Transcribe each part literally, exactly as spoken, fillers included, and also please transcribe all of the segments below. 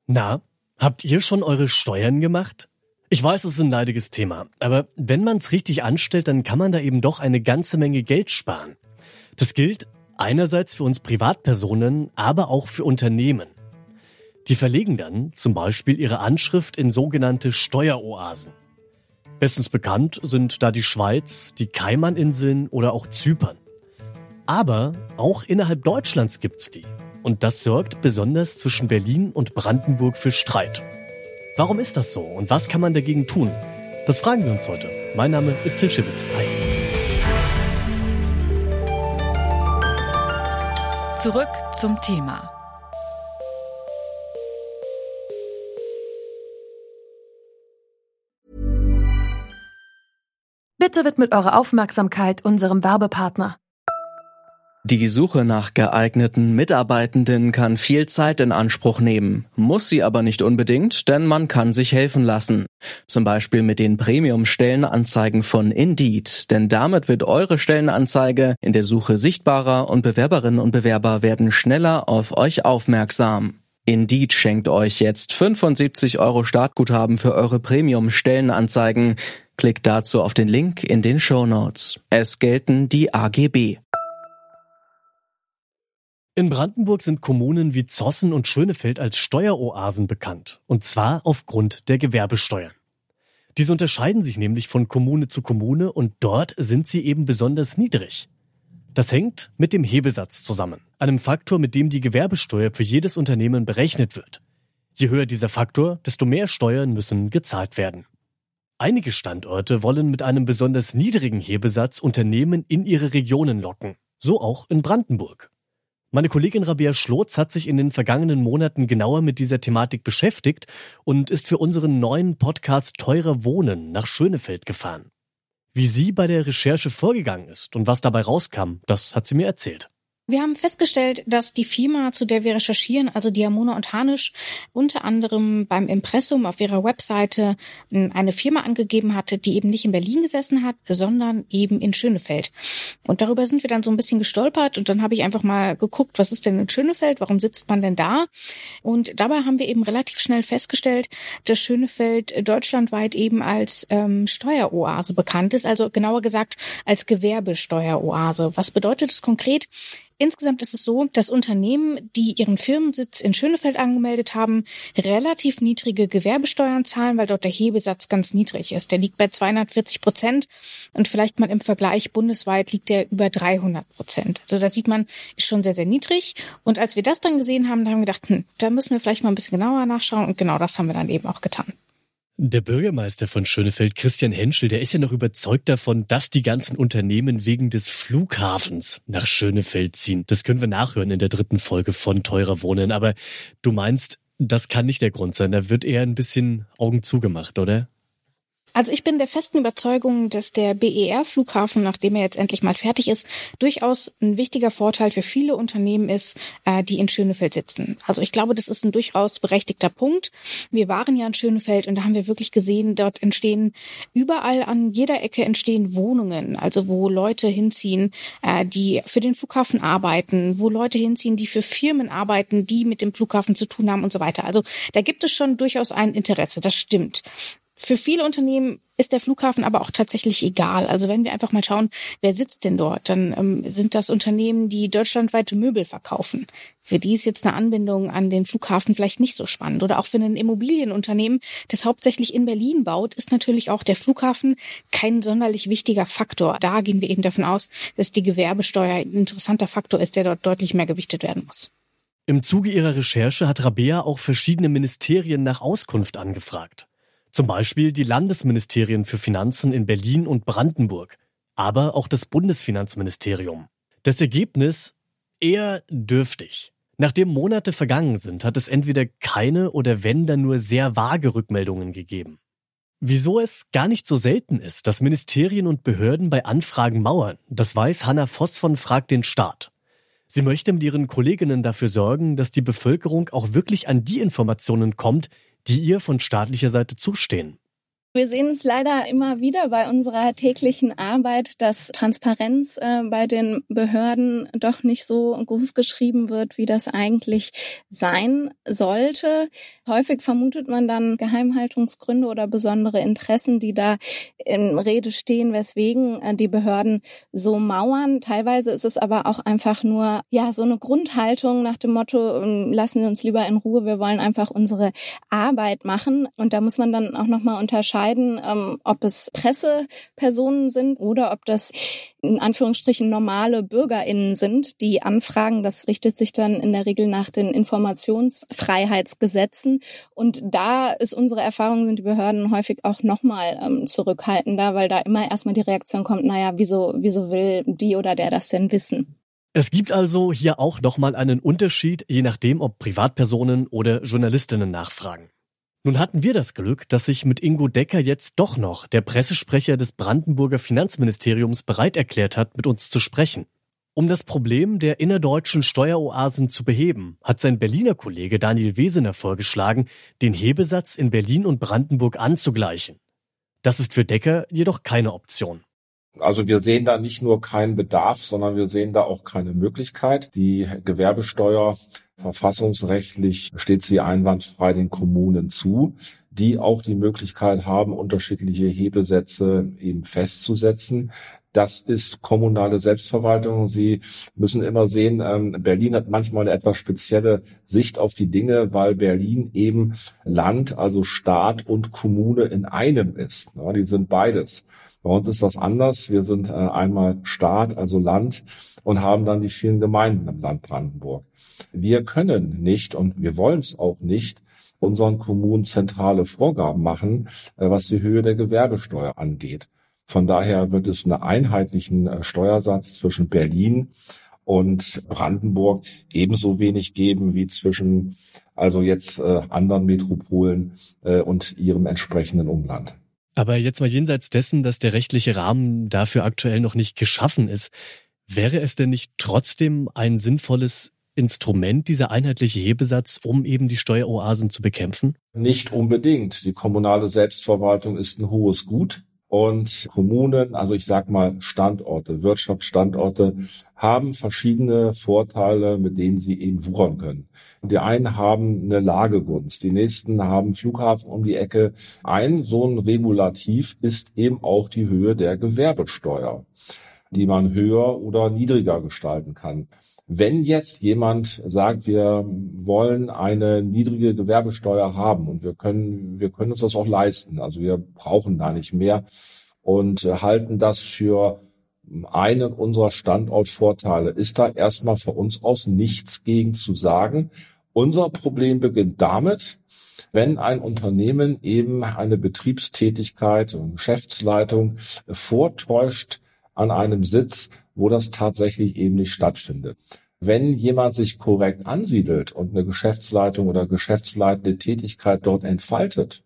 Na, habt ihr schon eure Steuern gemacht? Ich weiß, es ist ein leidiges Thema, aber wenn man es richtig anstellt, dann kann man da eben doch eine ganze Menge Geld sparen. Das gilt einerseits für uns Privatpersonen, aber auch für Unternehmen. Die verlegen dann zum Beispiel ihre Anschrift in sogenannte Steueroasen. Bestens bekannt sind da die Schweiz, die Kaimaninseln oder auch Zypern. Aber auch innerhalb Deutschlands gibt's die. Und das sorgt besonders zwischen Berlin und Brandenburg für Streit. Warum ist das so und was kann man dagegen tun? Das fragen wir uns heute. Mein Name ist Till Schibitz. Hi. Zurück zum Thema. Bitte widmet eure Aufmerksamkeit unserem Werbepartner. Die Suche nach geeigneten Mitarbeitenden kann viel Zeit in Anspruch nehmen, muss sie aber nicht unbedingt, denn man kann sich helfen lassen. Zum Beispiel mit den Premium-Stellenanzeigen von Indeed, denn damit wird eure Stellenanzeige in der Suche sichtbarer und Bewerberinnen und Bewerber werden schneller auf euch aufmerksam. Indeed schenkt euch jetzt fünfundsiebzig Euro Startguthaben für eure Premium-Stellenanzeigen. Klickt dazu auf den Link in den Shownotes. Es gelten die A G B. In Brandenburg sind Kommunen wie Zossen und Schönefeld als Steueroasen bekannt, und zwar aufgrund der Gewerbesteuern. Diese unterscheiden sich nämlich von Kommune zu Kommune und dort sind sie eben besonders niedrig. Das hängt mit dem Hebesatz zusammen, einem Faktor, mit dem die Gewerbesteuer für jedes Unternehmen berechnet wird. Je höher dieser Faktor, desto mehr Steuern müssen gezahlt werden. Einige Standorte wollen mit einem besonders niedrigen Hebesatz Unternehmen in ihre Regionen locken, so auch in Brandenburg. Meine Kollegin Rabea Schlotz hat sich in den vergangenen Monaten genauer mit dieser Thematik beschäftigt und ist für unseren neuen Podcast Teurer Wohnen nach Schönefeld gefahren. Wie sie bei der Recherche vorgegangen ist und was dabei rauskam, das hat sie mir erzählt. Wir haben festgestellt, dass die Firma, zu der wir recherchieren, also Diamona und Hanisch, unter anderem beim Impressum auf ihrer Webseite eine Firma angegeben hatte, die eben nicht in Berlin gesessen hat, sondern eben in Schönefeld. Und darüber sind wir dann so ein bisschen gestolpert und dann habe ich einfach mal geguckt, was ist denn in Schönefeld, warum sitzt man denn da? Und dabei haben wir eben relativ schnell festgestellt, dass Schönefeld deutschlandweit eben als ähm, Steueroase bekannt ist, also genauer gesagt als Gewerbesteueroase. Was bedeutet das konkret? Insgesamt ist es so, dass Unternehmen, die ihren Firmensitz in Schönefeld angemeldet haben, relativ niedrige Gewerbesteuern zahlen, weil dort der Hebesatz ganz niedrig ist. Der liegt bei zweihundertvierzig Prozent und vielleicht mal im Vergleich bundesweit liegt der über dreihundert Prozent. Also da sieht man, ist schon sehr, sehr niedrig. Und als wir das dann gesehen haben, da haben wir gedacht, hm, da müssen wir vielleicht mal ein bisschen genauer nachschauen und genau das haben wir dann eben auch getan. Der Bürgermeister von Schönefeld, Christian Henschel, der ist ja noch überzeugt davon, dass die ganzen Unternehmen wegen des Flughafens nach Schönefeld ziehen. Das können wir nachhören in der dritten Folge von Teurer Wohnen. Aber du meinst, das kann nicht der Grund sein. Da wird eher ein bisschen Augen zugemacht, oder? Also ich bin der festen Überzeugung, dass der B E R-Flughafen, nachdem er jetzt endlich mal fertig ist, durchaus ein wichtiger Vorteil für viele Unternehmen ist, die in Schönefeld sitzen. Also ich glaube, das ist ein durchaus berechtigter Punkt. Wir waren ja in Schönefeld und da haben wir wirklich gesehen, dort entstehen überall an jeder Ecke entstehen Wohnungen, also wo Leute hinziehen, die für den Flughafen arbeiten, wo Leute hinziehen, die für Firmen arbeiten, die mit dem Flughafen zu tun haben und so weiter. Also da gibt es schon durchaus ein Interesse, das stimmt. Für viele Unternehmen ist der Flughafen aber auch tatsächlich egal. Also wenn wir einfach mal schauen, wer sitzt denn dort, dann ähm, sind das Unternehmen, die deutschlandweite Möbel verkaufen. Für die ist jetzt eine Anbindung an den Flughafen vielleicht nicht so spannend. Oder auch für ein Immobilienunternehmen, das hauptsächlich in Berlin baut, ist natürlich auch der Flughafen kein sonderlich wichtiger Faktor. Da gehen wir eben davon aus, dass die Gewerbesteuer ein interessanter Faktor ist, der dort deutlich mehr gewichtet werden muss. Im Zuge ihrer Recherche hat Rabea auch verschiedene Ministerien nach Auskunft angefragt. Zum Beispiel die Landesministerien für Finanzen in Berlin und Brandenburg, aber auch das Bundesfinanzministerium. Das Ergebnis? Eher dürftig. Nachdem Monate vergangen sind, hat es entweder keine oder wenn dann nur sehr vage Rückmeldungen gegeben. Wieso es gar nicht so selten ist, dass Ministerien und Behörden bei Anfragen mauern, das weiß Hanna Voss von Frag den Staat. Sie möchte mit ihren Kolleginnen dafür sorgen, dass die Bevölkerung auch wirklich an die Informationen kommt, die ihr von staatlicher Seite zustehen. Wir sehen es leider immer wieder bei unserer täglichen Arbeit, dass Transparenz äh, bei den Behörden doch nicht so groß geschrieben wird, wie das eigentlich sein sollte. Häufig vermutet man dann Geheimhaltungsgründe oder besondere Interessen, die da in Rede stehen, weswegen äh, die Behörden so mauern. Teilweise ist es aber auch einfach nur ja so eine Grundhaltung nach dem Motto, äh, lassen Sie uns lieber in Ruhe, wir wollen einfach unsere Arbeit machen. Und da muss man dann auch nochmal unterscheiden, Ähm, ob es Pressepersonen sind oder ob das in Anführungsstrichen normale BürgerInnen sind, die anfragen. Das richtet sich dann in der Regel nach den Informationsfreiheitsgesetzen. Und da ist unsere Erfahrung, sind die Behörden häufig auch nochmal ähm, zurückhaltender, weil da immer erstmal die Reaktion kommt, naja, wieso, wieso will die oder der das denn wissen? Es gibt also hier auch nochmal einen Unterschied, je nachdem, ob Privatpersonen oder Journalistinnen nachfragen. Nun hatten wir das Glück, dass sich mit Ingo Decker jetzt doch noch der Pressesprecher des Brandenburger Finanzministeriums bereit erklärt hat, mit uns zu sprechen. Um das Problem der innerdeutschen Steueroasen zu beheben, hat sein Berliner Kollege Daniel Wesener vorgeschlagen, den Hebesatz in Berlin und Brandenburg anzugleichen. Das ist für Decker jedoch keine Option. Also wir sehen da nicht nur keinen Bedarf, sondern wir sehen da auch keine Möglichkeit. Die Gewerbesteuer verfassungsrechtlich steht sie einwandfrei den Kommunen zu, die auch die Möglichkeit haben, unterschiedliche Hebesätze eben festzusetzen. Das ist kommunale Selbstverwaltung. Sie müssen immer sehen, Berlin hat manchmal eine etwas spezielle Sicht auf die Dinge, weil Berlin eben Land, also Staat und Kommune in einem ist. Die sind beides. Bei uns ist das anders. Wir sind einmal Staat, also Land, und haben dann die vielen Gemeinden im Land Brandenburg. Wir können nicht und wir wollen es auch nicht unseren Kommunen zentrale Vorgaben machen, was die Höhe der Gewerbesteuer angeht. Von daher wird es einen einheitlichen Steuersatz zwischen Berlin und Brandenburg ebenso wenig geben wie zwischen also jetzt äh, anderen Metropolen äh, und ihrem entsprechenden Umland. Aber jetzt mal jenseits dessen, dass der rechtliche Rahmen dafür aktuell noch nicht geschaffen ist, wäre es denn nicht trotzdem ein sinnvolles Instrument, dieser einheitliche Hebesatz, um eben die Steueroasen zu bekämpfen? Nicht unbedingt. Die kommunale Selbstverwaltung ist ein hohes Gut. Und Kommunen, also ich sag mal Standorte, Wirtschaftsstandorte, haben verschiedene Vorteile, mit denen sie eben wuchern können. Und die einen haben eine Lagegunst, die nächsten haben Flughafen um die Ecke. Ein so ein Regulativ ist eben auch die Höhe der Gewerbesteuer, die man höher oder niedriger gestalten kann. Wenn jetzt jemand sagt, wir wollen eine niedrige Gewerbesteuer haben und wir können, wir können uns das auch leisten, also wir brauchen da nicht mehr und halten das für einen unserer Standortvorteile, ist da erstmal von uns aus nichts gegen zu sagen. Unser Problem beginnt damit, wenn ein Unternehmen eben eine Betriebstätigkeit und Geschäftsleitung vortäuscht an einem Sitz, wo das tatsächlich eben nicht stattfindet. Wenn jemand sich korrekt ansiedelt und eine Geschäftsleitung oder geschäftsleitende Tätigkeit dort entfaltet,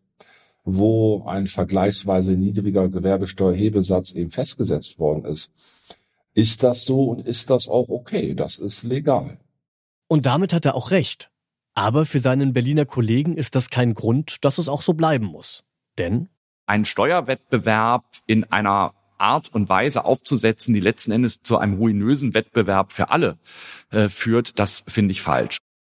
wo ein vergleichsweise niedriger Gewerbesteuerhebesatz eben festgesetzt worden ist, ist das so und ist das auch okay. Das ist legal. Und damit hat er auch recht. Aber für seinen Berliner Kollegen ist das kein Grund, dass es auch so bleiben muss. Denn ein Steuerwettbewerb in einer Art und Weise aufzusetzen, die letzten Endes zu einem ruinösen Wettbewerb für alle äh, führt, das finde ich falsch.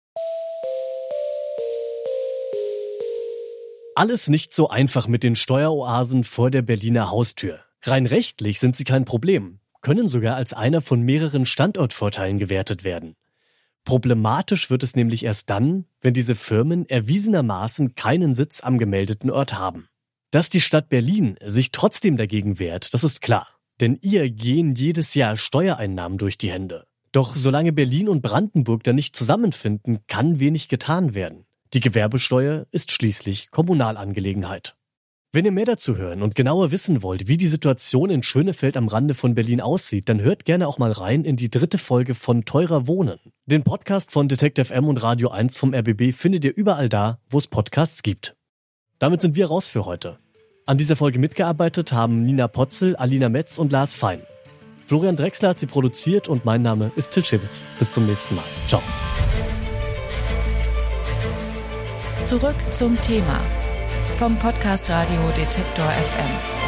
Alles nicht so einfach mit den Steueroasen vor der Berliner Haustür. Rein rechtlich sind sie kein Problem, können sogar als einer von mehreren Standortvorteilen gewertet werden. Problematisch wird es nämlich erst dann, wenn diese Firmen erwiesenermaßen keinen Sitz am gemeldeten Ort haben. Dass die Stadt Berlin sich trotzdem dagegen wehrt, das ist klar. Denn ihr gehen jedes Jahr Steuereinnahmen durch die Hände. Doch solange Berlin und Brandenburg da nicht zusammenfinden, kann wenig getan werden. Die Gewerbesteuer ist schließlich Kommunalangelegenheit. Wenn ihr mehr dazu hören und genauer wissen wollt, wie die Situation in Schönefeld am Rande von Berlin aussieht, dann hört gerne auch mal rein in die dritte Folge von Teurer Wohnen. Den Podcast von Detektor F M und Radio eins vom R B B findet ihr überall da, wo es Podcasts gibt. Damit sind wir raus für heute. An dieser Folge mitgearbeitet haben Nina Potzel, Alina Metz und Lars Fein. Florian Drexler hat sie produziert und mein Name ist Till Schibitz. Bis zum nächsten Mal. Ciao. Zurück zum Thema vom Podcast Radio Detektor F M.